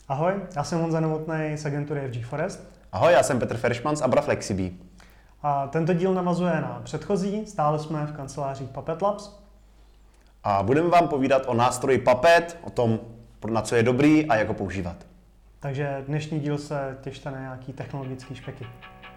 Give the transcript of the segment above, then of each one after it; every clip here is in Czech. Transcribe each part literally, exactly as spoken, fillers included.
Ahoj, já jsem Honza Novotný z agentury F G Forest. Ahoj, já jsem Petr Feršman z Abra Flexibee. A tento díl navazuje na předchozí, stále jsme v kanceláři Puppet Labs. A budeme vám povídat o nástroji Puppet, o tom, na co je dobrý a jak ho používat. Takže dnešní díl se těšte na nějaký technologický špeky.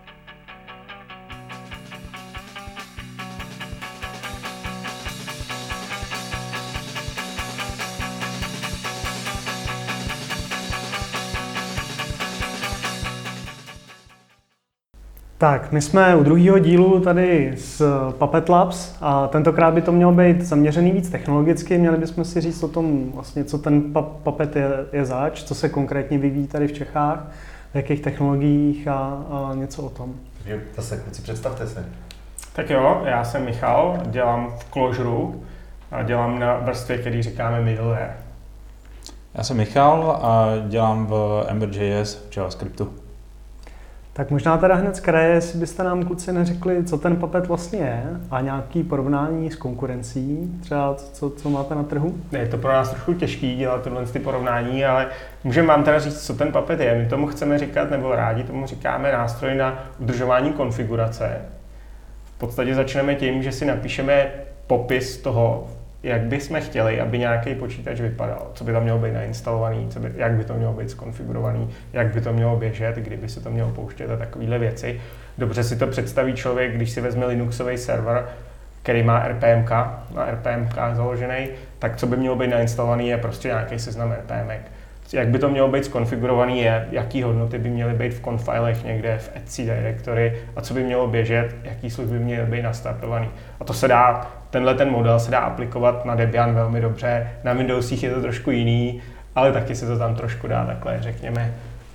Tak, my jsme u druhého dílu tady z Puppet Labs a tentokrát by to mělo být zaměřený víc technologicky. Měli bychom si říct o tom, vlastně, co ten Puppet je, je zač, co se konkrétně vyvíjí tady v Čechách, v jakých technologiích a, a něco o tom. Takže zase, kluci, představte se. Tak jo, já jsem Michal, dělám v Clojure a dělám na vrstvě, který říkáme middleware. Já jsem Michal a dělám v Ember.js v JavaScriptu. Tak možná teda hned z kraje, jestli byste nám, kluci, neřekli, co ten Puppet vlastně je a nějaký porovnání s konkurencí, třeba co, co máte na trhu? Je to pro nás trochu těžký dělat tyhle ty porovnání, ale můžeme vám teda říct, co ten Puppet je. My tomu chceme říkat, nebo rádi tomu říkáme nástroj na udržování konfigurace. V podstatě začneme tím, že si napíšeme popis toho, jak bychom chtěli, aby nějaký počítač vypadal, co by tam mělo být nainstalovaný, co by, jak by to mělo být skonfigurovaný, jak by to mělo běžet, kdyby se to mělo pouštět a takovéhle věci. Dobře si to představí člověk, když si vezme Linuxový server, který má R P M ka, na R P M ka založený, tak co by mělo být nainstalovaný je prostě nějaký seznam R P M ek. Jak by to mělo být skonfigurovaný je, jaký hodnoty by měly být v confilech někde v etc directory a co by mělo běžet, jaký služby by měly být nastartovaný. A to se dá, tenhle ten model se dá aplikovat na Debian velmi dobře, na Windowsích je to trošku jiný, ale taky se to tam trošku dá takhle, řekněme,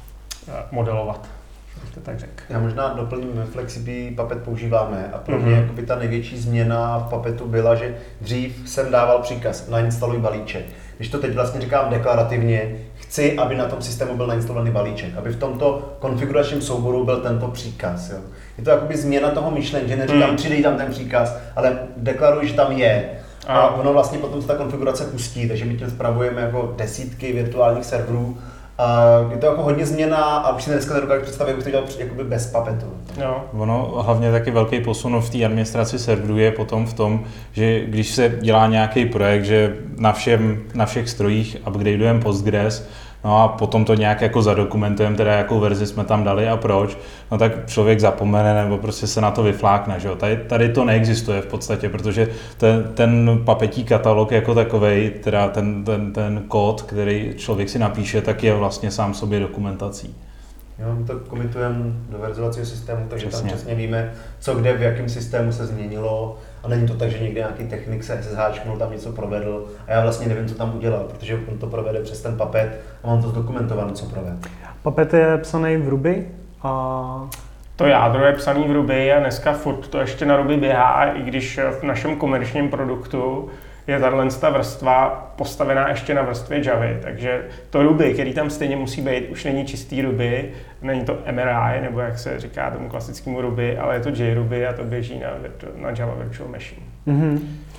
modelovat. To tak řek. Já možná doplním, ve Flexibee Puppet používáme a pro mě mm-hmm. ta největší změna v Puppetu byla, že dřív jsem dával příkaz nainstaluj balíček. Když to teď vlastně říkám deklarativně, chci, aby na tom systému byl nainstalovaný balíček, aby v tomto konfiguračním souboru byl tento příkaz. Jo. Je to jakoby změna toho myšlení, že neříkám mm. přidej tam ten příkaz, ale deklaruji, že tam je. A, a ono vlastně potom se ta konfigurace pustí, takže my tím spravujeme jako desítky virtuálních serverů. A je to jako hodně změna a už si dneska nedokážu představit, jak bych to dělal jakoby bez Puppetu. No. Ono hlavně taky velký posun v té administraci serverů je potom v tom, že když se dělá nějaký projekt, že na, všem, na všech strojích upgradeujeme Postgres, no a potom to nějak jako zadokumentujeme, teda jakou verzi jsme tam dali a proč, no tak člověk zapomene nebo prostě se na to vyflákne, že jo. Tady, tady to neexistuje v podstatě, protože ten, ten papetí katalog jako takovej, teda ten, ten, ten kód, který člověk si napíše, tak je vlastně sám sobě dokumentací. Jo, my to komitujeme do verzovacího systému, takže přesně. Tam přesně víme, co kde, v jakém systému se změnilo a není to tak, že někde nějaký technik se S S H tam něco provedl a já vlastně nevím, co tam udělal, protože on to provede přes ten Puppet a mám to zdokumentované, co provedl. Puppet je psaný v Ruby a... To jádro je psaný v Ruby a dneska furt to ještě na Ruby běhá, i když v našem komerčním produktu je tato vrstva postavená ještě na vrstvě Javy, takže to Ruby, který tam stejně musí být, už není čistý Ruby, není to M R I, nebo jak se říká tomu klasickému Ruby, ale je to JRuby a to běží na, na Java Virtual Machine. Mm-hmm.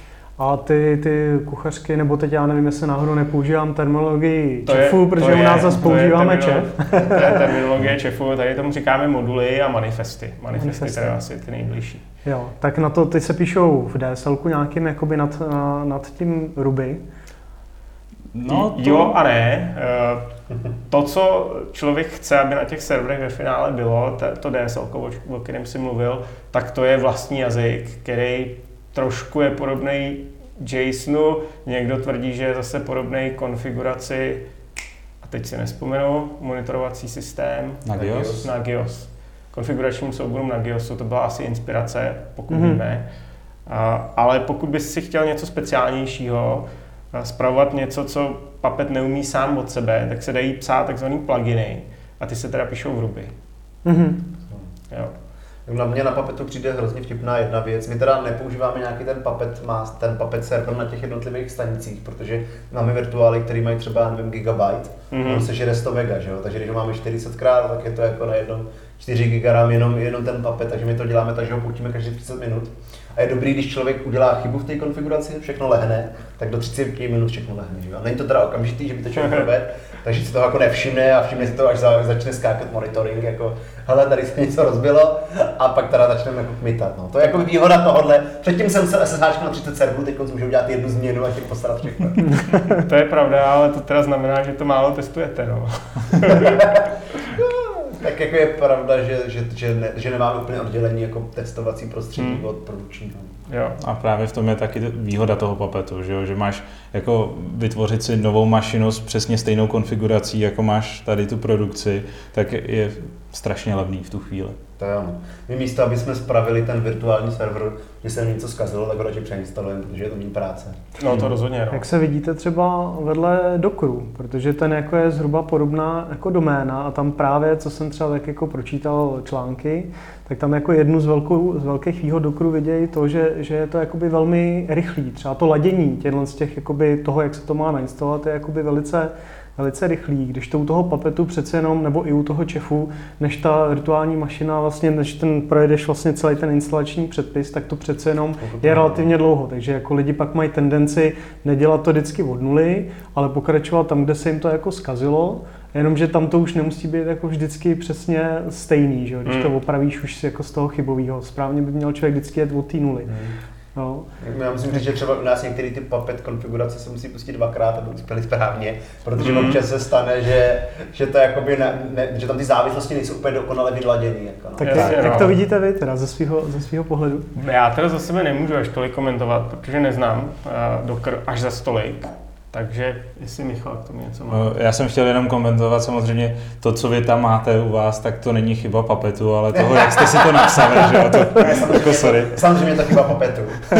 A ty, ty kuchařky, nebo teď já nevím, jestli náhodou nepoužívám terminologii čefu, protože u nás zase používáme čef. To je terminologie čefu, tady tomu říkáme moduly a manifesty. Manifesty, manifesty. To je asi ty nejbližší. Jo, tak na to ty se píšou v D S L ku nějakým jakoby nad, nad tím Ruby. No, to... Jo a ne. To, co člověk chce, aby na těch serverech ve finále bylo, to D S L, o kterém jsi mluvil, tak to je vlastní jazyk, který trošku je podobný JSONu, někdo tvrdí, že je zase podobný konfiguraci, a teď si nespomenu, monitorovací systém Nagios. Nagios. Konfiguračním souborům Nagiosu, to byla asi inspirace, pokud mm-hmm. víme. A, ale pokud bys si chtěl něco speciálnějšího, spravovat něco, co Puppet neumí sám od sebe, tak se dají psát takzvaný pluginy a ty se teda píšou v Ruby. Mm-hmm. Jo. Na mě na Puppetu přijde hrozně vtipná jedna věc. My teda nepoužíváme nějaký ten Puppet, má ten Puppet server na těch jednotlivých stanicích, protože máme virtuály, které mají třeba, nevím, gigabyte, mm-hmm. on se žere sto mega, že jo? Takže když ho máme čtyřicet krát, tak je to jako na jednom čtyři giga RAM jenom, jenom ten Puppet, takže my to děláme tak, že ho pouštíme každý třicet minut. A je dobrý, když člověk udělá chybu v té konfiguraci, všechno lehne, tak do třicet minut všechno lehne. Že? A není to teda okamžitý, že by to člověk provedl, takže si toho jako nevšimne a všimne si to, až za, začne skákat monitoring, jako hele, tady se něco rozbilo a pak teda začneme jako kmitat. No. To je jako výhoda tohohle. Předtím jsem se S S H na třicet serverů, teď můžu udělat jednu změnu a tím postarat všechno. To je pravda, ale to teda znamená, že to málo testujete, no. Tak jako je pravda, že, že, že, ne, že nemáme úplně oddělení jako testovací prostředí hmm. od produkčního. Jo. A právě v tom je taky výhoda toho Puppetu, že, jo? Že máš jako vytvořit si novou mašinu s přesně stejnou konfigurací, jako máš tady tu produkci, tak je strašně levný v tu chvíli. To jo. My místo, aby jsme spravili ten virtuální server, že se něco zkazilo, tak ho radši přeinstalujeme, protože je to méně práce. No to rozhodně, no. Jak se vidíte třeba vedle Dockeru, protože ten jako je zhruba podobná jako doména a tam právě, co jsem třeba tak jako pročítal články, tak tam jako jednu z, velkou, z velkých výhod Dockeru vidějí to, že, že je to jakoby velmi rychlý. Třeba to ladění těchto z těch jakoby toho, jak se to má nainstalovat, je jakoby velice velice rychlý, když to u toho Puppetu přece jenom, nebo i u toho Chefu, než ta virtuální mašina, vlastně, než ten projedeš vlastně celý ten instalační předpis, tak to přece jenom je relativně dlouho. Takže jako lidi pak mají tendenci nedělat to vždycky od nuly, ale pokračovat tam, kde se jim to jako zkazilo, jenomže tam to už nemusí být jako vždycky přesně stejný, že? Když to opravíš už jako z toho chybového. Správně by měl člověk vždycky jet od té nuly. Hmm. No. Já musím říct, že třeba u nás některé ty Puppet konfigurace se musí pustit dvakrát, aby uspěli správně, protože mm. občas se stane, že, že, to jakoby ne, ne, že tam ty závislosti nejsou úplně dokonale vyladěný. Jako no. Tak jak, jak no. to vidíte vy teda ze svého ze svého pohledu? Já teda za sebe nemůžu až tolik komentovat, protože neznám uh, Docker až za stolik. Takže jestli Michal k tomu něco má. Já jsem chtěl jenom komentovat samozřejmě to, co vy tam máte u vás, tak to není chyba Puppetu, ale toho, jak jste si to napsali, že jo, to jako sorry. Samozřejmě to chyba Puppetu.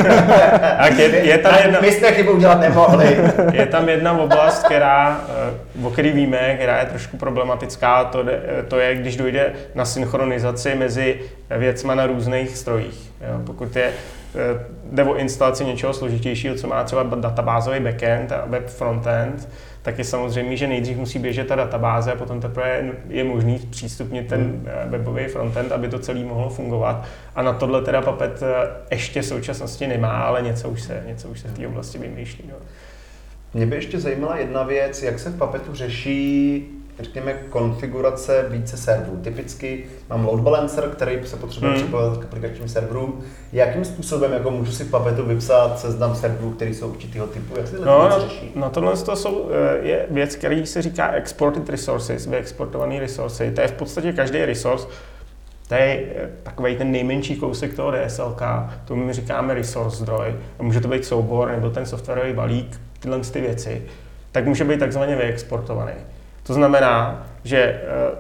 je, je tam jedna, my jsme chybu udělat nemohli. Je tam jedna oblast, která, o které víme, která je trošku problematická, to, to je, když dojde na synchronizaci mezi věcma na různých strojích. Jo, pokud je jde o instalaci něčeho složitějšího, co má třeba databázový backend a web frontend, tak je samozřejmě, že nejdřív musí běžet ta databáze a potom teprve je možný přístupnit ten webový frontend, aby to celé mohlo fungovat. A na tohle teda Puppet ještě v současnosti nemá, ale něco už se, něco už se v té oblasti vymýšlí. No. Mě by ještě zajímala jedna věc, jak se v Puppetu řeší, řekněme, konfigurace více serverů. Typicky mám load balancer, který se potřebuje hmm. připojit k aplikačním serverům. Jakým způsobem jako můžu si v Puppetu vypsat seznam serverů, který jsou určitého typu? Jak se to no, řeší? No tohle to jsou, je věc, který se říká exported resources, vyexportovaný resource. To je v podstatě každý resource. To je takový ten nejmenší kousek toho D S L K, tomu my říkáme resource zdroj. Může to být soubor nebo ten softwarový balík, tyhle ty věci. Tak může být takzvaně vyexportovaný. To znamená, že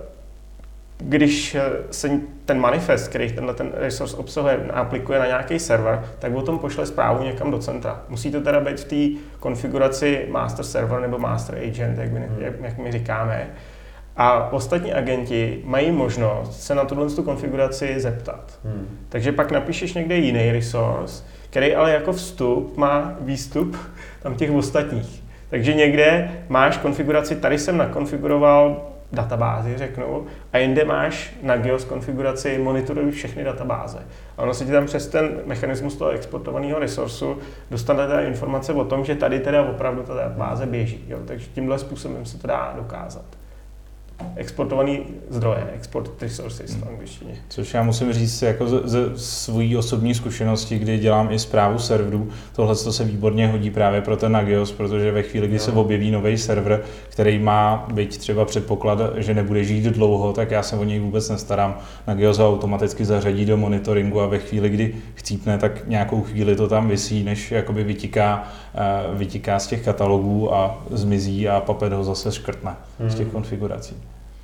když se ten manifest, který tenhle ten resource obsahuje, aplikuje na nějaký server, tak o tom pošle zprávu někam do centra. Musí to teda být v té konfiguraci master server nebo master agent, jak my, jak, jak my říkáme. A ostatní agenti mají možnost se na tuhle konfiguraci zeptat. Hmm. Takže pak napíšeš někde jiný resource, který ale jako vstup má výstup tam těch ostatních. Takže někde máš konfiguraci, tady jsem nakonfiguroval databázi, řeknu, a jinde máš na Nagios konfiguraci monitorují všechny databáze. A ono se ti tam přes ten mechanismus toho exportovaného resursu dostane teda informace o tom, že tady teda opravdu ta databáze běží. Jo? Takže tímhle způsobem se to dá dokázat. Exportovaný zdroje, export resources v angličtině. Což já musím říct jako ze, ze svojí osobní zkušenosti, kdy dělám i správu serverů, tohle se výborně hodí právě pro ten Nagios, protože ve chvíli, kdy se objeví nový server, který má být třeba předpoklad, že nebude žít dlouho, tak já se o něj vůbec nestarám. Nagios ho automaticky zařadí do monitoringu a ve chvíli, kdy chcípne, tak nějakou chvíli to tam visí, než jakoby vytiká, vytiká z těch katalogů a zmizí a Puppet ho zase škrtne hmm. z těch konfigurací.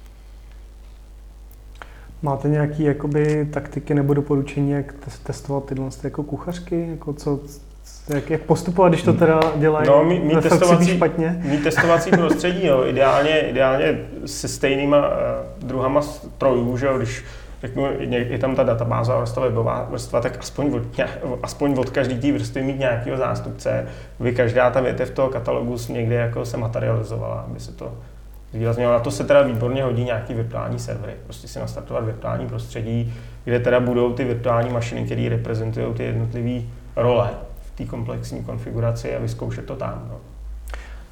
Máte nějaké jakoby taktiky nebo doporučení, jak testovat tyhle jako kuchařky? Jako co, jak, jak postupovat, když to teda dělají no, mý, mý testovací, špatně? Mý testovací prostředí, jo, ideálně, ideálně se stejnýma uh, druhama strojů, že jo, když řeknu, je tam ta databáze a ta webová vrstva, tak aspoň od, aspoň od každý té vrstvy mít nějakého zástupce, aby každá ta větev toho katalogu někde jako se materializovala, aby se to výrazně. Na to se teda výborně hodí nějaký virtuální servery. Prostě si nastartovat virtuální prostředí, kde teda budou ty virtuální mašiny, které reprezentují ty jednotlivé role v té komplexní konfiguraci a vyzkoušet to tam. No.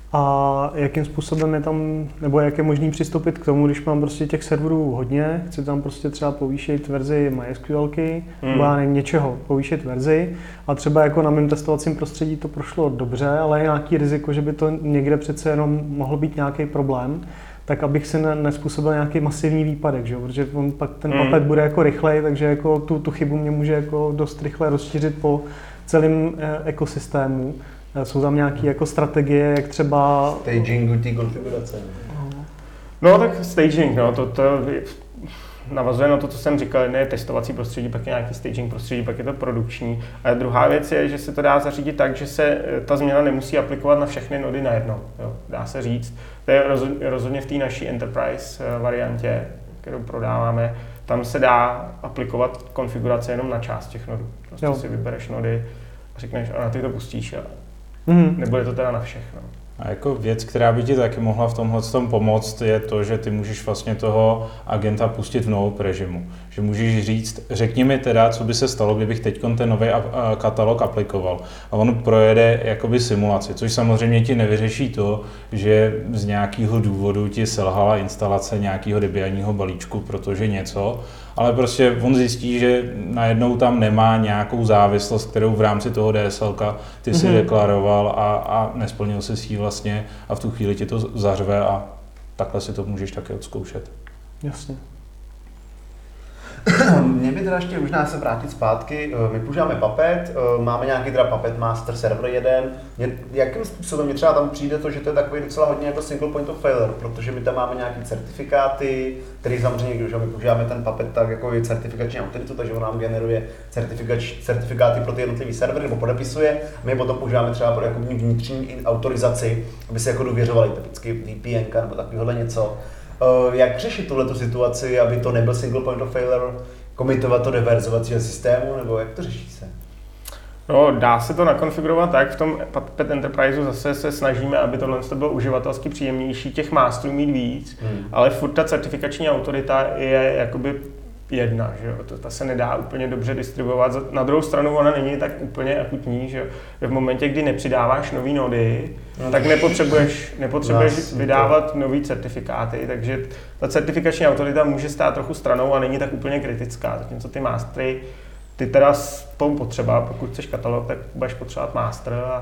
A jakým způsobem je tam, nebo jak je možný přistoupit k tomu, když mám prostě těch serverů hodně, chci tam prostě třeba povýšit verzi MySQLky, hmm. nebo já nevím, něčeho, povýšit verzi a třeba jako na mém testovacím prostředí to prošlo dobře, ale je nějaký riziko, že by to někde přece jenom mohl být nějaký problém, tak abych si ne, nespůsobil nějaký masivní výpadek, že? Protože on pak ten hmm. Puppet bude jako rychlej, takže jako tu, tu chybu mě může jako dost rychle rozšířit po celém e, ekosystému. Jsou tam nějaké jako strategie, jak třeba... Stagingu té konfigurace. No tak staging, no, to, to navazuje na to, co jsem říkal, jedno je testovací prostředí, pak je nějaký staging prostředí, pak je to produkční. A druhá věc je, že se to dá zařídit tak, že se ta změna nemusí aplikovat na všechny nody najednou, jo, dá se říct. To je rozhodně v té naší enterprise variantě, kterou prodáváme, tam se dá aplikovat konfigurace jenom na část těch nodů. Prostě jo. si vybereš nody a řekneš, a na ty to pustíš a mm. nebude to teda na všech. No. A jako věc, která by ti taky mohla v tomhle tom pomoct, je to, že ty můžeš vlastně toho agenta pustit v no-op režimu. Že můžeš říct, řekni mi teda, co by se stalo, kdybych teď ten nový katalog aplikoval. A on projede jakoby simulaci, což samozřejmě ti nevyřeší to, že z nějakého důvodu ti selhala instalace nějakého debianního balíčku, protože něco, ale prostě on zjistí, že najednou tam nemá nějakou závislost, kterou v rámci toho DSLka ty si mm-hmm. deklaroval a, a nesplnil si si ji vlastně a v tu chvíli ti to zařve a takhle si to můžeš také odzkoušet. Jasně. Mě by teda ještě možná se vrátit zpátky, my používáme Puppet, máme nějaký teda Puppet Master server jeden, mě, jakým způsobem mě třeba tam přijde to, že to je takový docela hodně jako single point of failure, protože my tam máme nějaký certifikáty, který samozřejmě, když my používáme ten Puppet tak jako certifikační autoritu, takže on nám generuje certifikáty pro ty jednotlivé servery nebo podepisuje, a my potom používáme třeba pro jako vnitřní autorizaci, aby se jako důvěřovali, typicky V P N ka nebo takovéhle něco. Uh, jak řešit tuhletu situaci, aby to nebyl single point of failure, komitovat to do verzovacího systému, nebo jak to řeší se? No, dá se to nakonfigurovat tak, v tom Puppet Enterpriseu zase se snažíme, aby tohle bylo uživatelsky příjemnější, těch masterů mít víc, hmm. ale furt ta certifikační autorita je jakoby jedna, že jo? To, ta se nedá úplně dobře distribuovat. Na druhou stranu ona není tak úplně akutní, že v momentě, kdy nepřidáváš nový nody, no, tak nepotřebuješ, nepotřebuješ vydávat nový certifikáty, takže ta certifikační autorita může stát trochu stranou a není tak úplně kritická, zatímco ty mastery, ty teda jsou potřeba, pokud chceš katalog, tak budeš potřebovat master a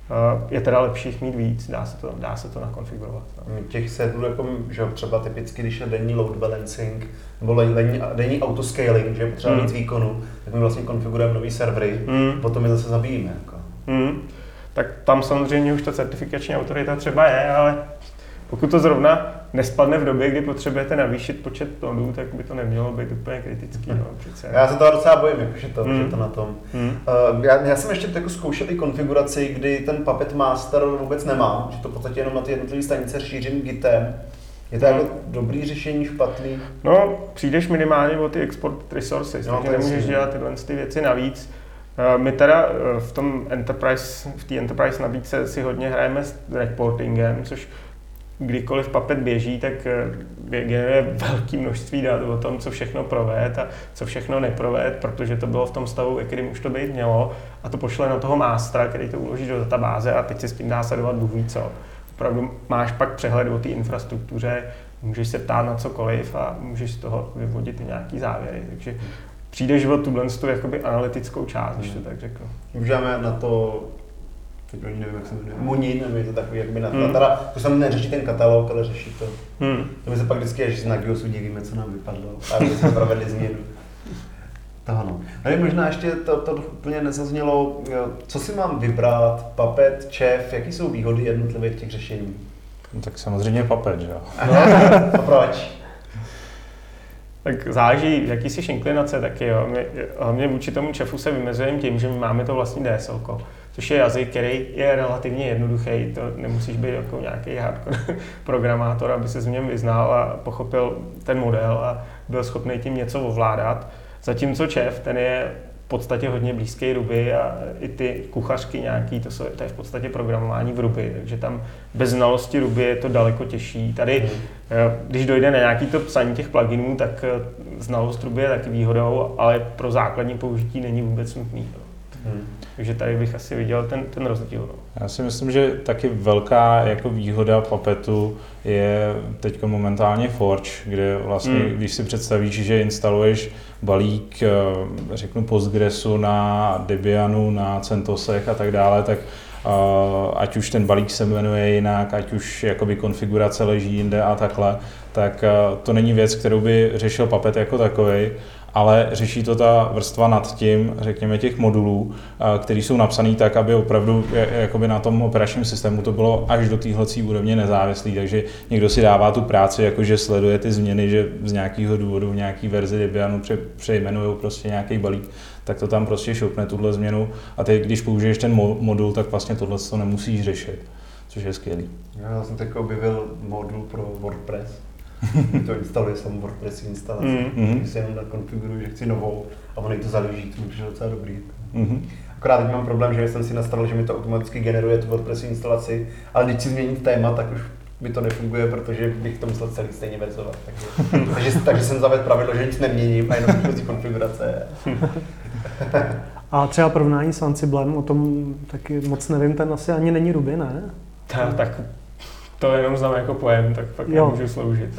je teda lepší jich mít víc, dá se to, dá se to nakonfigurovat. No. Těch serverů, jako, že třeba typicky, když je denní load balancing nebo denní, denní autoscaling, že je potřeba mm. víc výkonu, tak my vlastně konfigurujeme nový servery, mm. potom je zase zabijíme. Jako. Mm. Tak tam samozřejmě už ta certifikační autorita třeba je, ale pokud to zrovna nespadne v době, kdy potřebujete navýšit počet tonů, tak by to nemělo být úplně kritický. Hmm. No, přece. Já se toho docela bojím, jakože to, hmm. že to na tom. Hmm. Uh, já, já jsem ještě jako zkoušel i konfiguraci, kdy ten Puppet Master vůbec nemám, že to v podstatě jenom na ty jednotlivé stanice šířím Gitem. Je to hmm. jako dobrý řešení, špatný? No, přijdeš minimálně o ty export resources, no, takže nemůžeš dělat tyhle ty věci navíc. My teda v tom Enterprise, v té Enterprise nabídce si hodně hrajeme s reportingem, což kdykoliv Puppet běží, tak generuje velké množství dat o tom, co všechno proved a co všechno neproved, protože to bylo v tom stavu, kterým už to být mělo, a to pošle na toho mástra, který to uloží do databáze a teď se s tím dá sledovat Bůh ví co. Opravdu máš pak přehled o té infrastruktuře, můžeš se ptát na cokoliv a můžeš z toho vyvodit i nějaký závěry, takže přijdeš o tuhle tu jakoby analytickou část, když to tak řeknu. Můžeme na to, teď nevím, jak se jmenuje, Munin, nebo je to takový, jak by na hmm. teda, to jsem neřeší ten katalog, ale řeší to. Hmm. To my se pak vždycky, až na Giosu divíme, co nám vypadlo, a aby jsme provedli změnu. Toho no. Tady možná ještě to, to úplně nezaznělo, co si mám vybrat, Puppet, Chef, jaký jsou výhody jednotlivých těch řešení? No, tak samozřejmě Puppet, že jo? No, a proč? Tak záleží, jaký jsi inklinace taky, jo. My, hlavně vůči tomu Chefu se vymezujeme tím, že my máme to vlastní DSLko, což je jazyk, který je relativně jednoduchý, to nemusíš být jako nějaký hardcore programátor, aby se v něm vyznal a pochopil ten model a byl schopný tím něco ovládat. Zatímco Chef, ten je v podstatě hodně blízký Ruby a i ty kuchařky nějaký, to, jsou, to je v podstatě programování v Ruby, takže tam bez znalosti Ruby je to daleko těžší. Tady, mm. když dojde na nějaký to psaní těch pluginů, tak znalost Ruby je taky výhodou, ale pro základní použití není vůbec nutný. Hmm. Takže tady bych asi viděl ten, ten rozdíl. No. Já si myslím, že taky velká jako výhoda Puppetu je teď momentálně Forge, kde vlastně, hmm. když si představíš, že instaluješ balík, řeknu Postgresu na Debianu, na CentOSech a tak dále, tak ať už ten balík se jmenuje jinak, ať už jakoby konfigurace leží jinde a takhle, tak to není věc, kterou by řešil Puppet jako takovej, ale řeší to ta vrstva nad tím, řekněme, těch modulů, které jsou napsané tak, aby opravdu jakoby na tom operačním systému to bylo až do téhlecí úrovně nezávislý, takže někdo si dává tu práci, jakože sleduje ty změny, že z nějakého důvodu v nějaký verzi Debianu pře- přejmenujou prostě nějaký balík, tak to tam prostě šoupne tuhle změnu a teď, když použiješ ten mo- modul, tak vlastně tohle to nemusíš řešit, což je skvělý. Já jsem teď objevil modul pro WordPress. To instaluje sam WordPress instalaci, mm-hmm. když si jenom nakonfiguruju, že chci novou a ono jí to založí, to mi přišlo docela dobrý. Mm-hmm. Akorát teď mám problém, že jsem si nastavil, že mi to automaticky generuje tu WordPress instalaci, ale když si změním téma, tak už mi to nefunguje, protože bych to musel celý stejně verzovat. Takže, takže, takže jsem zavedl pravidlo, že nic neměním a jenom výchozí konfigurace. A třeba porovnání s Ansiblem, o tom taky moc nevím, ten asi ani není Ruby, ne? Ta, tak to jenom znám jako pojem, tak pak nemůžu sloužit.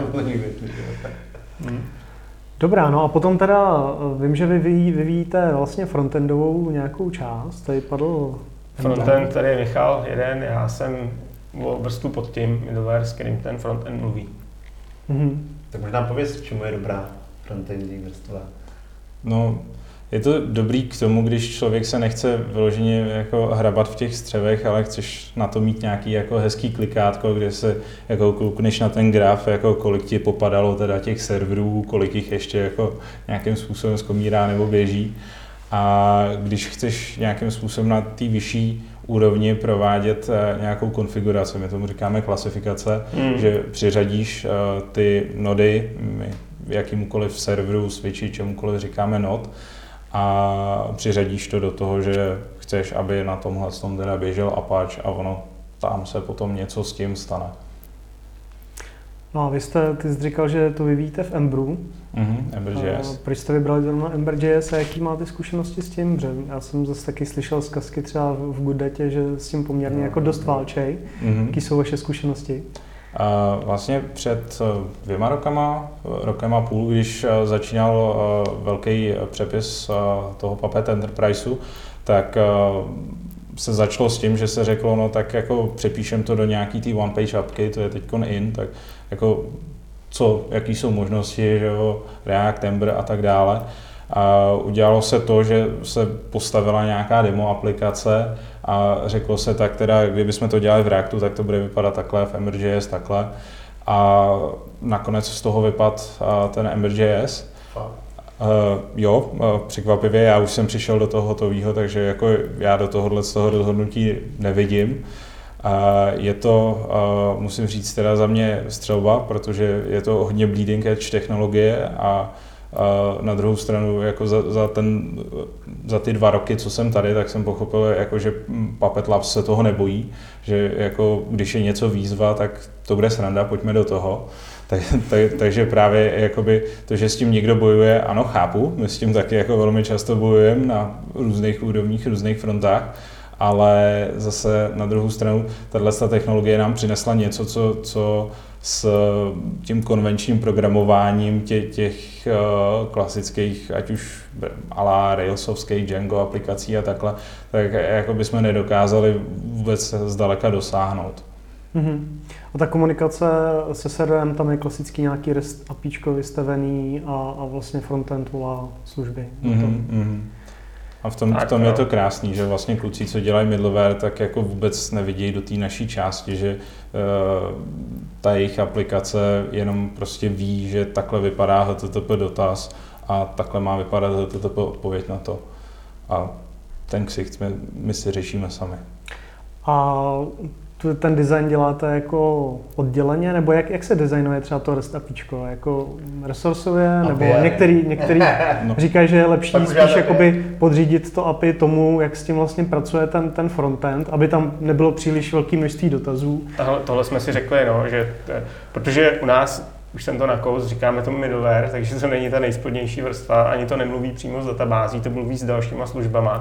hmm. Dobrá, no a potom teda vím, že vy vyvíjíte vlastně frontendovou nějakou část, tady padl... Frontend, tady je Michal, jeden, já jsem o vrstvu pod tím middleware, s kterým ten frontend mluví. Mm-hmm. Tak možná pověz, čemu je dobrá frontendní vrstva? No, je to dobrý k tomu, když člověk se nechce vyloženě jako hrabat v těch střevech, ale chceš na to mít nějaký jako hezký klikátko, kde se jako koukneš na ten graf, jako kolik ti popadalo teda těch serverů, kolik jich ještě jako nějakým způsobem skomírá nebo běží. A když chceš nějakým způsobem na té vyšší úrovni provádět nějakou konfiguraci, my tomu říkáme klasifikace, mm. že přiřadíš ty nody jakýmukoliv serveru, switchi, čemukoliv říkáme nod, a přiřadíš to do toho, že chceš, aby na tomhle tom teda běžel Apache a ono tam se potom něco s tím stane. No a vy jste, ty jsi říkal, že to vyvíjíte v Emberu. Mm-hmm, Ember.js. Proč jste vybrali zrovna Ember.js a jaký máte zkušenosti s tím? Že já jsem zase taky slyšel zkazky třeba v Gooddatě, že s tím poměrně jako dost válčej. Mm-hmm. Jaký jsou vaše zkušenosti? Uh, vlastně před dvěma rokama, rokem a půl, když začínal uh, velký přepis uh, toho Puppet Enterpriseu, tak uh, se začalo s tím, že se řeklo, no tak jako přepíšem to do nějaký té one-page appky, to je teďkon in, tak jako co, jaký jsou možnosti, že jo, React, Ember a tak dále. A udělalo se to, že se postavila nějaká demo aplikace a řeklo se tak teda, kdybychom to dělali v Reactu, tak to bude vypadat takhle, v Ember.js takhle. A nakonec z toho vypadl ten Ember.js. Uh, jo, překvapivě, já už jsem přišel do toho hotového, takže jako já do tohohle z toho rozhodnutí nevidím. Uh, je to, uh, musím říct teda za mě střelba, protože je to hodně bleeding edge technologie a uh, na druhou stranu jako za, za, ten, za ty dva roky, co jsem tady, tak jsem pochopil, jako, že Puppet Labs se toho nebojí, že jako, když je něco výzva, tak to bude sranda, pojďme do toho. Tak, tak, takže právě jakoby to, že s tím někdo bojuje, ano, chápu, my s tím taky jako velmi často bojujeme na různých úrovních, různých frontách, ale zase na druhou stranu tato technologie nám přinesla něco, co, co s tím konvenčním programováním těch, těch uh, klasických, ať už a la Railsovských Django aplikací a takhle, tak jako bychom nedokázali vůbec zdaleka dosáhnout. Mm-hmm. A ta komunikace se serverem, tam je klasický nějaký REST APIčko vystavený a, a vlastně frontend volá služby. Mm-hmm, mm-hmm. A v tom, v tom je to krásný, že vlastně kluci, co dělají middleware, tak jako vůbec nevidějí do té naší části, že uh, ta jejich aplikace jenom prostě ví, že takhle vypadá H T T P dotaz a takhle má vypadat H T T P odpověď na to. A ten ksicht my, my si řešíme sami. A ten design děláte jako odděleně, nebo jak, jak se designuje třeba to REST APIčko? Jako resourceově, nebo některý, některý no. říkají, že je lepší spíš jakoby podřídit to A P I tomu, jak s tím vlastně pracuje ten, ten frontend, aby tam nebylo příliš velké množství dotazů. Tohle, tohle jsme si řekli, no, že t, protože u nás, už jsem to nakous, říkáme tomu middleware, takže to není ta nejspodnější vrstva, ani to nemluví přímo s databází, to mluví s dalšíma službama.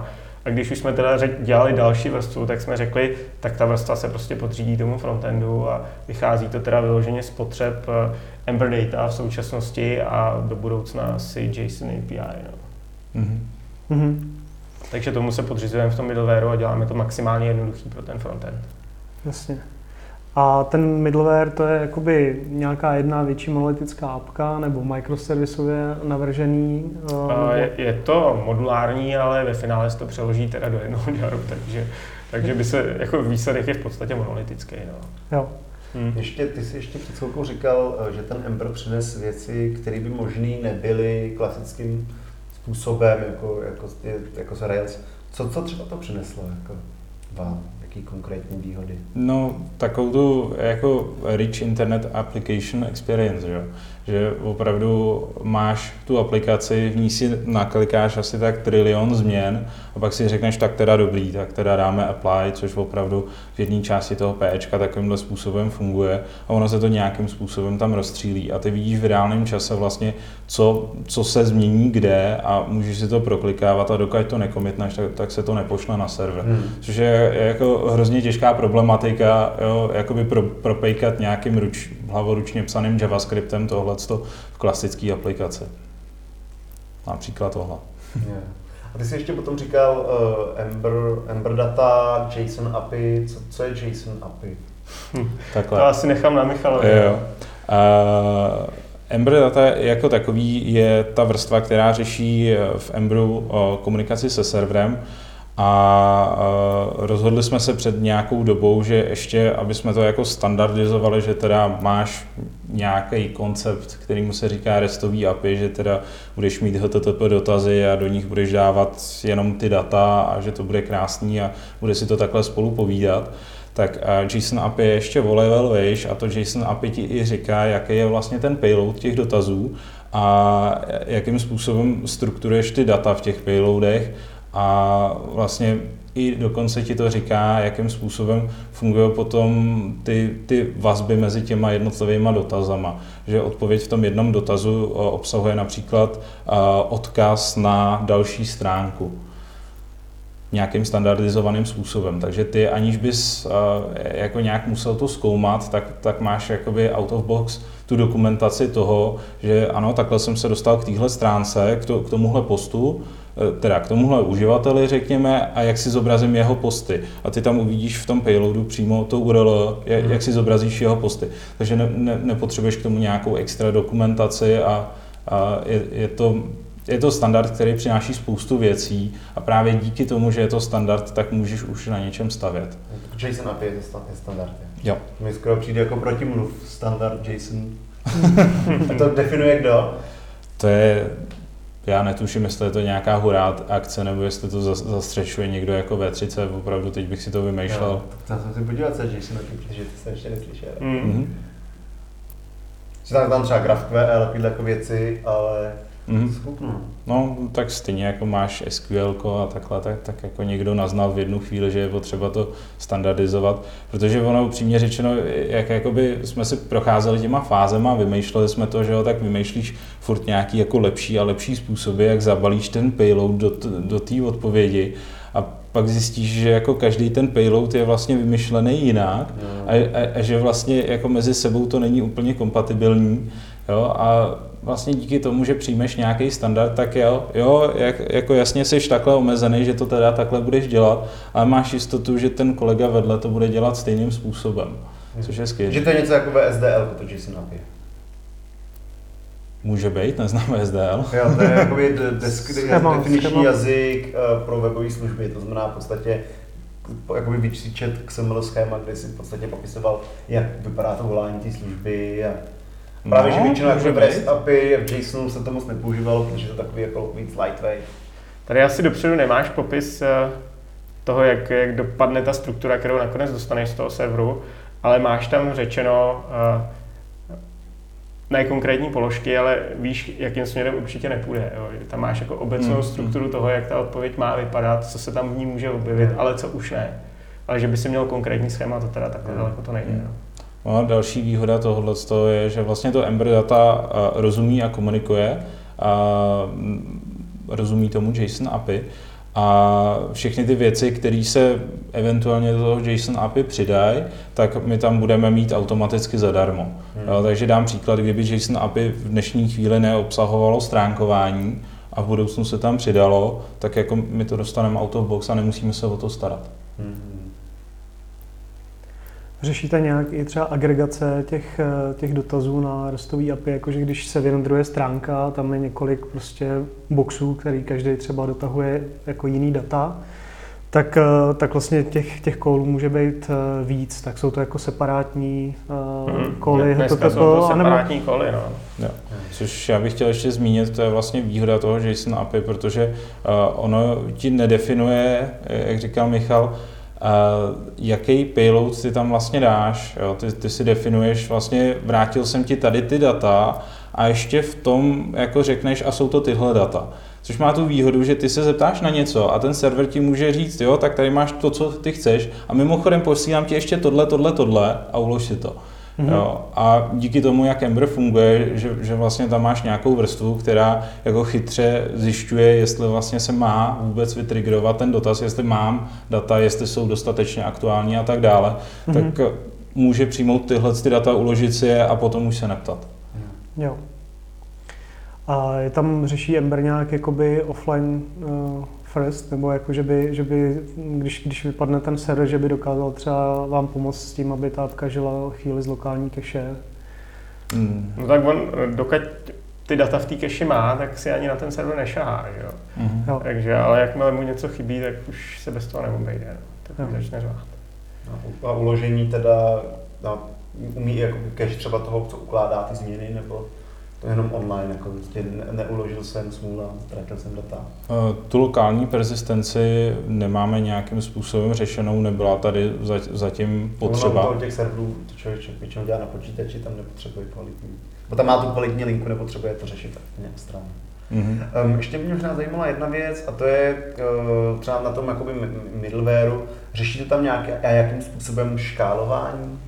A když už jsme teda dělali další vrstvu, tak jsme řekli, tak ta vrstva se prostě podřídí tomu frontendu a vychází to teda vyloženě z potřeb Ember Data v současnosti a do budoucna asi JSON A P I. No. Mm-hmm. Mm-hmm. Takže tomu se podřizujeme v tom middlewareu a děláme to maximálně jednoduchý pro ten frontend. Jasně. A ten middleware to je jakoby nějaká jedna větší monolitická apka nebo microservisově navržený? Uh, je, je to modulární, ale ve finále se to přeloží teda do jednoho jaru, takže, takže by se, jako výsledek je v podstatě monolitický. No. Jo. Hmm. Ještě, ty jsi ještě před chvilkou říkal, že ten Ember přines věci, které by možný nebyly klasickým způsobem, jako, jako, jako se Rails. Co, co třeba to přineslo jako vám? Jaký konkrétní výhody? No, takovou tu jako rich internet application experience, že? Že opravdu máš tu aplikaci, v ní si naklikáš asi tak trilion změn a pak si řekneš, tak teda dobrý, tak teda dáme apply, což opravdu v jedné části toho PEčka takovýmhle způsobem funguje a ono se to nějakým způsobem tam rozstřílí a ty vidíš v reálném čase vlastně, co, co se změní kde a můžeš si to proklikávat a dokud to nekomitneš, tak, tak se to nepošle na server. Hmm. Což je, je jako hrozně těžká problematika, jo, jakoby pro, propejkat nějakým ruč, hlavoručně psaným JavaScriptem tohle v klasické aplikaci. Například tohle. Yeah. A ty jsi ještě potom říkal uh, Ember, Ember Data, JSON A P I. Co, co je JSON A P I? Hm. To asi nechám na Michalovi. Jo. Uh, Ember Data jako takový je ta vrstva, která řeší v Emberu uh, komunikaci se serverem. A rozhodli jsme se před nějakou dobou, že ještě, aby jsme to jako standardizovali, že teda máš nějaký koncept, kterýmu se říká restový A P I, že teda budeš mít H T T P dotazy a do nich budeš dávat jenom ty data a že to bude krásný a bude si to takhle spolu povídat. Tak JSON A P I je ještě o level vejš a to JSON A P I ti i říká, jaký je vlastně ten payload těch dotazů a jakým způsobem strukturuješ ty data v těch payloadech. A vlastně i dokonce ti to říká, jakým způsobem fungují potom ty, ty vazby mezi těma jednotlivýma dotazama. Že odpověď v tom jednom dotazu obsahuje například odkaz na další stránku nějakým standardizovaným způsobem. Takže ty, aniž bys jako nějak musel to zkoumat, tak, tak máš jakoby out of box tu dokumentaci toho, že ano, takhle jsem se dostal k téhle stránce, k, to, k tomuhle postu, teda k tomuhle uživateli, řekněme, a jak si zobrazím jeho posty. A ty tam uvidíš v tom payloadu přímo to U R L, jak, jak si zobrazíš jeho posty. Takže ne, ne, nepotřebuješ k tomu nějakou extra dokumentaci a, a je, je, to, je to standard, který přináší spoustu věcí a právě díky tomu, že je to standard, tak můžeš už na něčem stavět. JSON A P I je standard. Jo. Mi skoro přijde jako protimluv standard JSON. A to definuje kdo? To je, já netuším, jestli je to nějaká hurá akce, nebo jestli to zastřešuje někdo jako V tři C, opravdu teď bych si to vymýšlel. Jo, tak jsem si podívat se JSON A P I, protože ty jsem ještě neslyšel. Mm-hmm. Že tam, tam třeba GraphQL, takovéhle jako věci, ale mm-hmm. schopno. No, tak stejně jako máš S Q L a takhle, tak, tak jako někdo naznal v jednu chvíli, že je potřeba to standardizovat, protože ono upřímně řečeno, jak jakoby jsme si procházeli těma fázema, vymýšleli jsme to, že jo, tak vymýšlíš furt nějaký jako lepší a lepší způsoby, jak zabalíš ten payload do, do té odpovědi a pak zjistíš, že jako každý ten payload je vlastně vymyšlený jinak a, a, a že vlastně jako mezi sebou to není úplně kompatibilní, jo, a vlastně díky tomu, že přijmeš nějaký standard, tak jo, jo jak, jako jasně jsi takhle omezený, že to teda takhle budeš dělat, ale máš jistotu, že ten kolega vedle to bude dělat stejným způsobem, což je skvělé. Že to je něco jako V S D L, to JSON A P I. Může být, neznám V S D L. Jo, to je jakoby definiční jazyk pro webové služby, to znamená v podstatě jakoby vyčíčet X M L schéma, kde si v podstatě popisoval, jak vypadá to volání té služby a právě, no, že většinou jako v REST A P I v JSONu se to moc nepoužívalo, protože to je takový jako víc lightweight. Tady asi dopředu nemáš popis toho, jak, jak dopadne ta struktura, kterou nakonec dostaneš z toho serveru, ale máš tam řečeno ne konkrétní položky, ale víš, jakým směrem určitě nepůjde. Jo. Tam máš jako obecnou hmm. strukturu toho, jak ta odpověď má vypadat, co se tam v ní může objevit, ale co už ne. Ale že by si měl konkrétní schéma, to teda takhle daleko to nejde. Jo. No, další výhoda tohohle je, že vlastně to Ember Data rozumí a komunikuje, a rozumí tomu JSON A P I A všechny ty věci, které se eventuálně do toho JSON A P I přidají, tak my tam budeme mít automaticky zadarmo. Hmm. Jo, takže dám příklad, kdyby JSON A P I v dnešní chvíli neobsahovalo stránkování a v budoucnu se tam přidalo, tak jako my to dostaneme out of box a nemusíme se o to starat. Hmm. Řešíte nějak i třeba agregace těch, těch dotazů na RESTový A P I, jakože když se vyrendruje stránka, tam je několik prostě boxů, který každý třeba dotahuje jako jiný data, tak, tak vlastně těch, těch callů může být víc, tak jsou to jako separátní hmm. cally. Dneska jsou to separátní cally, no. Jo. Což já bych chtěl ještě zmínit, to je vlastně výhoda toho JSON A P I, protože ono ti nedefinuje, jak říkal Michal, Uh, jaký payload ty tam vlastně dáš, jo? Ty, ty si definuješ vlastně, vrátil jsem ti tady ty data a ještě v tom jako řekneš a jsou to tyhle data. Což má tu výhodu, že ty se zeptáš na něco a ten server ti může říct, jo, tak tady máš to, co ty chceš a mimochodem posílám ti ještě tohle, tohle, tohle a ulož si to. Mm-hmm. Jo, a díky tomu, jak Ember funguje, že, že vlastně tam máš nějakou vrstvu, která jako chytře zjišťuje, jestli vlastně se má vůbec vytriggerovat ten dotaz, jestli mám data, jestli jsou dostatečně aktuální a tak dále, mm-hmm. tak může přijmout tyhle ty data, uložit si je a potom už se neptat. Jo. A je tam, řeší Ember nějak jakoby offline uh, first, nebo jako, že by, že by když, když vypadne ten server, že by dokázal třeba vám pomoct s tím, aby ta apka žila chvíli z lokální cache? Hmm. No tak on, dokud ty data v té cache má, tak si ani na ten server nešahá, jo? Mm-hmm. Jo. Takže, ale jakmile mu něco chybí, tak už se bez toho neobejde, no. Tak začne řvát. No, a uložení teda, no, umí jako cache třeba toho, co ukládá ty změny, nebo to jenom online, jako vlastně neuložil jsem smůla, ztratil jsem data. Tu lokální persistenci nemáme nějakým způsobem řešenou, nebyla tady zatím potřeba. No, těch serverů to člověk většinou dělá na počítači, tam nepotřebuje kvalitní. Bo tam má tu kvalitní linku, nepotřebuje to řešit nějak stranou. Mm-hmm. Um, ještě mě možná zajímala jedna věc, a to je uh, třeba na tom jakoby middlewareu, řešíte tam nějaké a jakým způsobem škálování?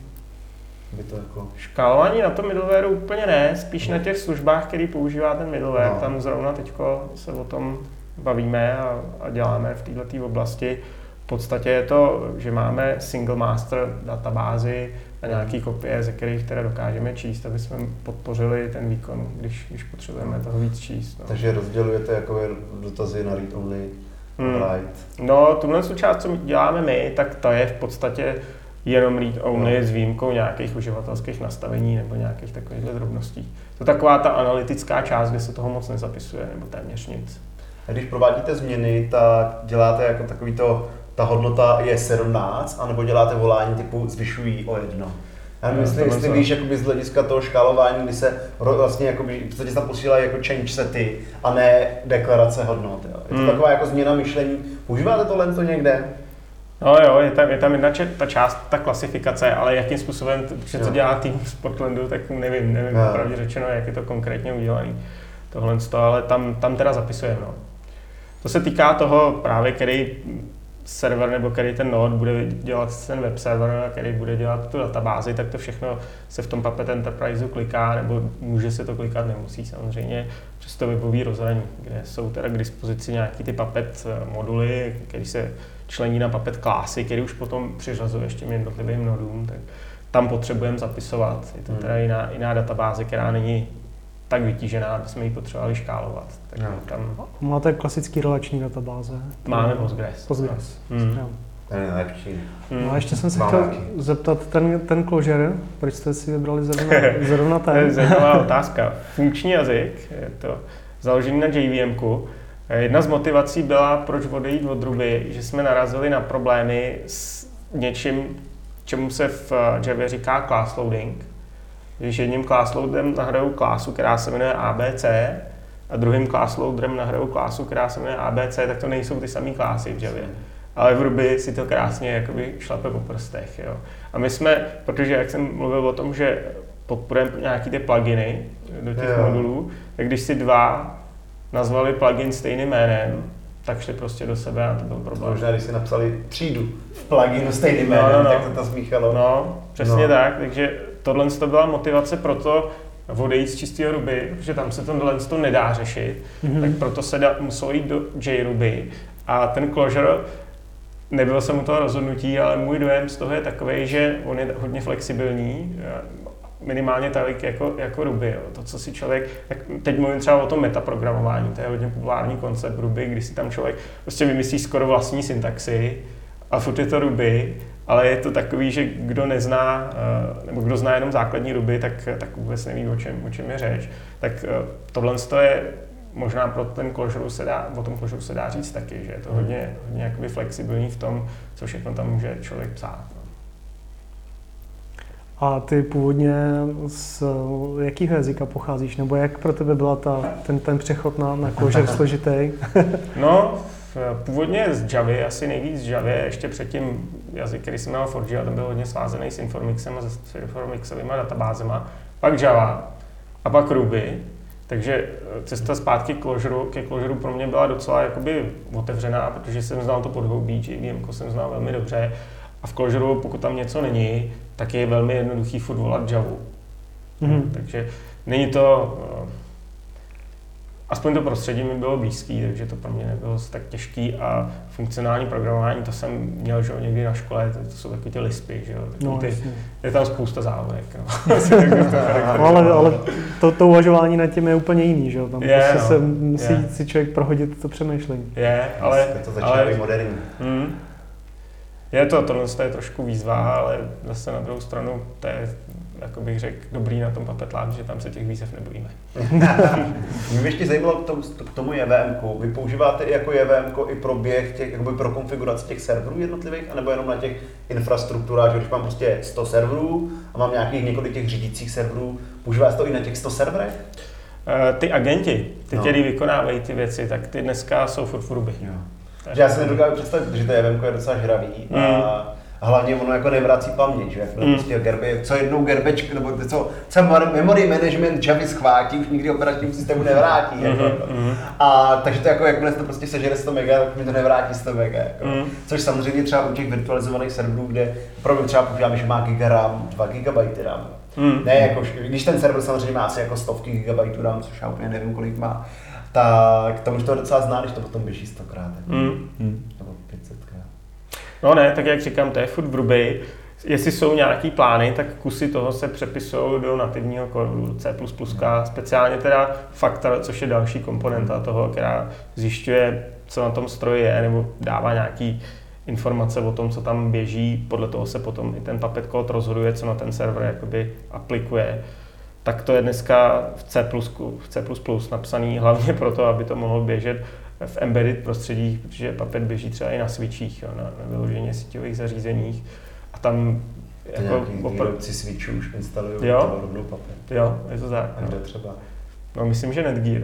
By to jako... Škálování na tom middlewareu úplně ne, spíš na těch službách, který používá ten middleware. No. Tam zrovna teďko se o tom bavíme a, a děláme v této oblasti. V podstatě je to, že máme single master databázi a nějaký kopie, ze kterých teda dokážeme číst, aby jsme podpořili ten výkon, když, když potřebujeme toho víc číst. No. Takže rozdělujete jako dotazy na read only, hmm. write? No, tuhle součást, co děláme my, tak to je v podstatě jenom read only no. s výjimkou nějakých uživatelských nastavení nebo nějakých takovýchhle drobností. To je taková ta analytická část, kde se toho moc nezapisuje, nebo téměř nic. A když provádíte změny, tak děláte jako takový to, ta hodnota je sedmnáct, anebo děláte volání typu zvyšují o jedno. Já nevím, jestli, jestli víš jakoby z hlediska toho škálování, kdy se vlastně jakoby, v podstatě tam posílají jako change sety a ne deklarace hodnot. Jo. Je to hmm. taková jako změna myšlení. Používáte tohle to někde? No jo, je tam, je tam jedna ta část, ta klasifikace, ale jakým způsobem, protože to dělá tým z Portlandu, tak nevím, nevím no. opravdu řečeno, jak je to konkrétně udělané. Tohle, ale tam, tam teda zapisujeme. No. To se týká toho právě, který server nebo který ten node bude dělat ten web server a který bude dělat tu databázi, tak to všechno se v tom Puppet Enterpriseu kliká, nebo může se to klikat, nemusí samozřejmě, přes to webový rozhraní, kde jsou teda k dispozici nějaký ty Puppet moduly, které se člení na Puppet klasy, který už potom přiřazuješ těm jednotlivým nodům, tak tam potřebujeme zapisovat. Je to teda jiná, jiná databáze, která není tak vytížená, aby jsme ji potřebovali škálovat. Tak no. tam... Máte klasický relační databáze? Máme Postgres. Postgres. Mm. Ten je nejlepší. Mm. No a ještě jsem se chtěl taky. zeptat, ten, ten Clojure, proč jste si vybrali zrovna, zrovna ten? To je zajímavá otázka. Funkční jazyk, je to založený na J V M ku. Jedna z motivací byla, proč odejít od Ruby, že jsme narazili na problémy s něčím, čemu se v Javě říká class loading. Když jedním class loaderem nahraju klásu, která se jmenuje A B C, a druhým class loaderem nahraju klásu, která se jmenuje A B C, tak to nejsou ty samé klásy v Javě. Ale v Ruby si to krásně jakoby šlape po prstech. Jo. A my jsme, protože jak jsem mluvil o tom, že podporujeme nějaký ty pluginy do těch yeah. modulů, tak když si dva nazvali plugin stejným jménem, tak šli prostě do sebe a to byl problém. Možná, když si napsali třídu v pluginu stejným jménem, no, no, no. tak to tam smíchalo. No, přesně no. tak, takže tohle to byla motivace pro to odejít z čistého Ruby, protože tam se tohle to nedá řešit, mm-hmm. tak proto se da, muselo jít do JRuby A ten Clojure, nebyl jsem u toho rozhodnutí, ale můj dojem z toho je takový, že on je hodně flexibilní, minimálně tak jako, jako Ruby. Jo. To, co si člověk, tak teď mluvím třeba o tom metaprogramování, to je hodně populární koncept Ruby, kdy si tam člověk prostě vymyslí skoro vlastní syntaxy a furt je to Ruby, ale je to takový, že kdo nezná, nebo kdo zná jenom základní Ruby, tak, tak vůbec neví, o čem, o čem je řeč. Tak tohle je možná pro ten Clojure se dá, o tom Clojure se dá říct taky, že je to hodně, hodně jakoby flexibilní v tom, co všechno tam může člověk psát. A ty původně z jakého jazyka pocházíš, nebo jak pro tebe byla ta, ten, ten přechod na, na Clojure složitý? No, původně z Javy, asi nejvíc z Javy, ještě předtím jazyk, který jsem měl Forge, a ten byl hodně svázaný s Informixem a s Informixovými databázema, pak Java a pak Ruby. Takže cesta zpátky k Clojure, ke Clojure pro mě byla docela jakoby otevřená, protože jsem znal to podhoubí, J V M jsem znal velmi dobře. A v Clojure, pokud tam něco není, tak je velmi jednoduchý furt volat Javu. Mm-hmm. Takže není to, aspoň to prostředí mi bylo blízký, takže to pro mě nebylo tak těžký a funkcionální programování, to jsem měl že někdy na škole, to, to jsou taky ty lispy, že jo. No, ty, je tam spousta závorek. No. no, ale ale to, to uvažování nad tím je úplně jiný, že jo. Tam je, prostě no, se musí je. si člověk prohodit to přemýšlení. Je, ale... To začíná být moderní. Mm, je to, tohle je trošku výzva, ale zase na druhou stranu to je, jako bych řekl, dobrý na tom Puppet Lab, že tam se těch výzev nebojíme. Mě by ještě zajímalo k tomu, k tomu J V M ku. Vy používáte i jako J V M ko i pro běh těch, jakoby pro konfiguraci těch serverů jednotlivých, anebo jenom na těch infrastrukturách, že když mám prostě sto serverů a mám nějakých několik těch řídících serverů, používáte to i na těch sto serverech? Ty agenti, ty, no. kteří vykonávají ty věci, tak ty dneska jsou furt v Ruby. Jo. Že já si nedokážu představit, že to J V M ko je docela žravý mm. a hlavně ono jako nevrací paměť, že mm. prostě gerby, co jednou gerbečka, nebo co, co memory management Javy schvátí, už nikdy operačnímu systému nevrátí. Mm. Jako. Mm. A takže to jako jakmile to prostě sežere sto mega, tak mi to nevrátí sto mega. Jako. Mm. Což samozřejmě třeba u těch virtualizovaných serverů, kde opravdu třeba používáme, že má giga RAM, dva gigabajty RAM. Mm. Ne, jako, když ten server samozřejmě má asi jako stovky gigabajtů RAM, což já úplně nevím, kolik má, tak tam už to docela zná, když to potom běží stokrát. Mm. Nebo pět set krát. No ne, tak jak říkám, to je furt v Ruby. Jestli jsou nějaký plány, tak kusy toho se přepisují do nativního kódu C plus plus, speciálně teda Factor, což je další komponenta toho, která zjišťuje, co na tom stroji je, nebo dává nějaký informace o tom, co tam běží, podle toho se potom i ten Puppet kód rozhoduje, co na ten server jakoby aplikuje. Tak to je dneska v C plus plus, v C plus plus napsaný hlavně proto, aby to mohlo běžet v embedded prostředích, protože Puppet běží třeba i na switchích, jo, na, na vyloženě síťových zařízeních. A tam to jako výrobci switchů už instalují rovnou Puppet. Jo, je to tak. A kde třeba? No myslím, že Netgear.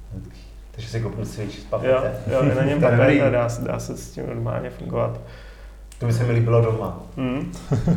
Takže si koupím switch s Puppetem. Jo, jo, je na něm Puppet a dá, dá se s tím normálně fungovat. To by se mi líbilo doma. Mm.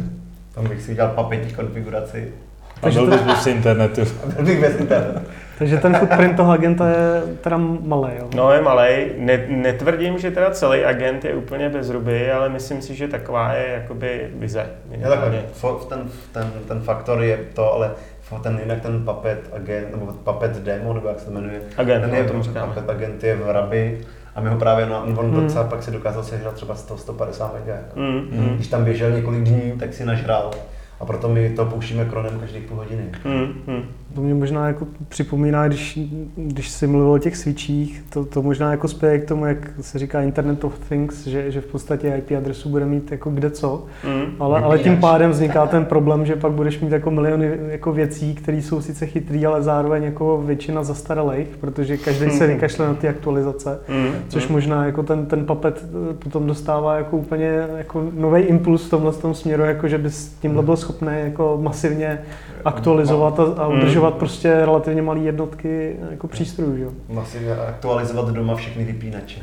Tam bych si udělal Puppetní konfiguraci. A byl bych bez internetu. A byl bych bez internetu. Takže ten footprint toho agenta je teda malý, jo? No je malej. Ne, netvrdím, že teda celý agent je úplně bez Ruby, ale myslím si, že taková je jakoby vize. Je takhle, ten, ten, ten faktor je to, ale ten jinak ten Puppet agent, nebo Puppet demo, nebo jak se to jmenuje. Agent, ten no, je, tomu říkáme. Puppet agent je v Ruby a my ho právě, no, on mm. docela pak si dokázal sežrat třeba sto až sto padesát mega. Mm, mm. Když tam běžel několik dní, tak si nažral. A proto my to pouštíme kronem každých půl hodiny. Mm, mm. To mě možná jako připomíná, když, když jsi mluvil o těch switchích, to, to možná jako spěje k tomu, jak se říká Internet of Things, že, že v podstatě I P adresu bude mít jako kde co, mm, ale, ale tím pádem vzniká ten problém, že pak budeš mít jako miliony jako věcí, které jsou sice chytrý, ale zároveň jako většina zastaralých, protože každý se vykašle na ty aktualizace, mm, což mm. možná jako ten, ten Puppet potom dostává jako úplně jako nový impuls v tomhle tom směru, jako že bys tímhle byl schopný jako masivně aktualizovat a, a udržovat mm. prostě relativně malé jednotky jako přístrojů, jo. Masivně aktualizovat doma všechny vypínače.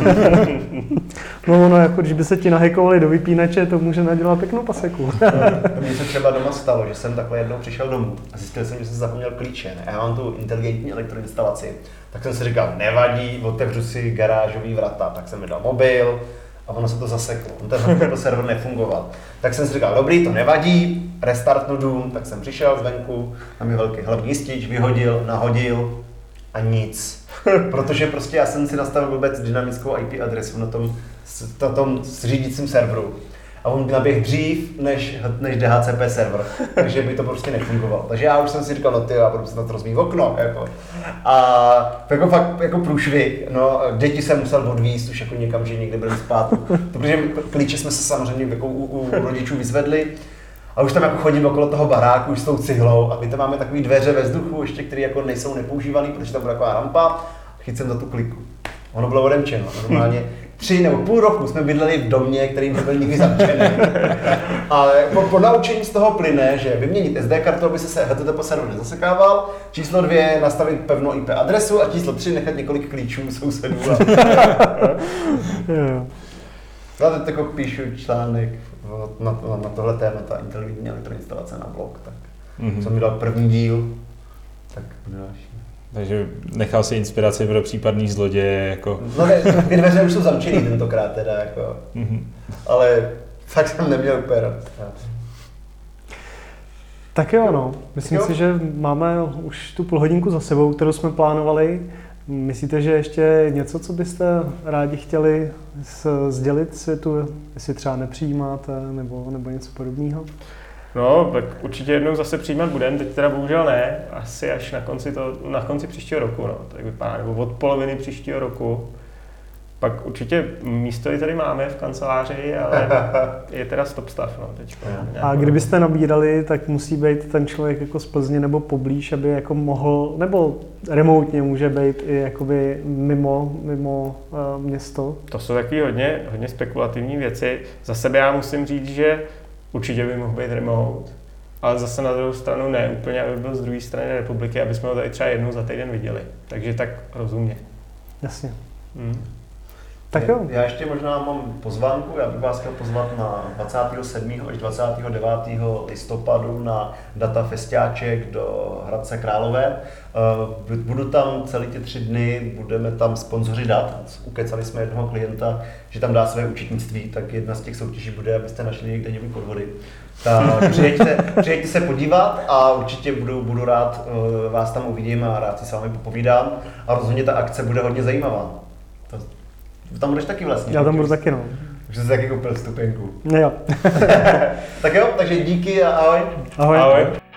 No ono, jako když by se ti nahackovali do vypínače, to může nadělat pěknou paseku. Mně se třeba doma stalo, že jsem takhle jednou přišel domů a zjistil jsem, že jsem zapomněl klíče. Ne? A já mám tu inteligentní elektroinstalaci. Tak jsem si říkal, nevadí, otevřu si garážový vrata. Tak jsem mi dal mobil a ono se to zaseklo. On ten server nefungoval. Tak jsem si říkal, dobrý, to nevadí, restartnu dům, tak jsem přišel zvenku, tam je velký hlavní jistič, vyhodil, nahodil a nic. Protože prostě já jsem si nastavil vůbec dynamickou I P adresu na tom, na tom řídícím serveru. A on naběh dřív než, než D H C P server, takže by to prostě nefungovalo. Takže já už jsem si říkal, no ty, já budu se na to rozmít okno, jako. A jako fakt jako průšvih, no, děti jsem musel odvízt už jako někam, že někde budeme spát. Protože klíče jsme se samozřejmě jako u, u rodičů vyzvedli. A už tam jako chodím okolo toho baráku už s tou cihlou a my tam máme takové dveře ve vzduchu, ještě, které jako nejsou nepoužívané, protože tam bude taková rampa. Chyť jsem za tu kliku. Ono bylo odemčeno. Normálně tři nebo půl roku jsme bydleli v domě, který nebyl nikdy zamčený. Ale po, po naučení z toho plyne, že vyměnit S D kartu, aby se H T T P server nezasekával, číslo dvě nastavit pevnou I P adresu a číslo tři nechat několik klíčů sousedů. Já teď jako píšu článek na, na, na tohle témata, inteligentní elektroinstalace na blog, tak mm-hmm. jsem mi dal první díl, tak bude další. Takže nechal si inspiraci pro případný zloděje, jako... No ne, ty dveře už jsou zamčený tentokrát teda, jako, mm-hmm. ale fakt jsem neměl úplně radost. Tak jo, no. Myslím jo. si, že máme už tu půl hodinku za sebou, kterou jsme plánovali. Myslíte, že ještě něco, co byste rádi chtěli sdělit světu, jestli třeba nepřijímáte nebo, nebo něco podobného? No, tak určitě jednou zase přijímat budeme, teď teda bohužel ne, asi až na konci, to, na konci příštího roku, no, tak vypadá, nebo od poloviny příštího roku. Pak určitě místo i tady máme v kanceláři, ale je teda stop stav, no, teďko. A kdybyste nabírali, tak musí být ten člověk jako z Plzně nebo poblíž, aby jako mohl, nebo remotně může být i jakoby mimo, mimo uh, město? To jsou takové hodně, hodně spekulativní věci. Za sebe já musím říct, že určitě by mohl být remote, ale zase na druhou stranu ne úplně, aby byl z druhé strany republiky, aby jsme ho tady třeba jednou za týden viděli. Takže tak rozumně. Jasně. Hmm. Tak jo. Já ještě možná mám pozvánku, já bych vás chtěl pozvat na dvacátého sedmého až dvacátého devátého listopadu na Data Festiáček do Hradce Králové. Budu tam celý ty tři dny, budeme tam sponzoři dat. Ukecali jsme jednoho klienta, že tam dá své účetnictví, tak jedna z těch soutěží bude, abyste našli někde nějaký podvody. Tak přijeďte, přijeďte se podívat a určitě budu, budu rád, vás tam uvidím a rád si s vámi popovídám. A rozhodně ta akce bude hodně zajímavá. Tam budeš taky vlastně. Já tam budu taky, no. Už jsi taky koupil stupenku. Jo. Tak jo, takže díky a ahoj. Ahoj. Ahoj.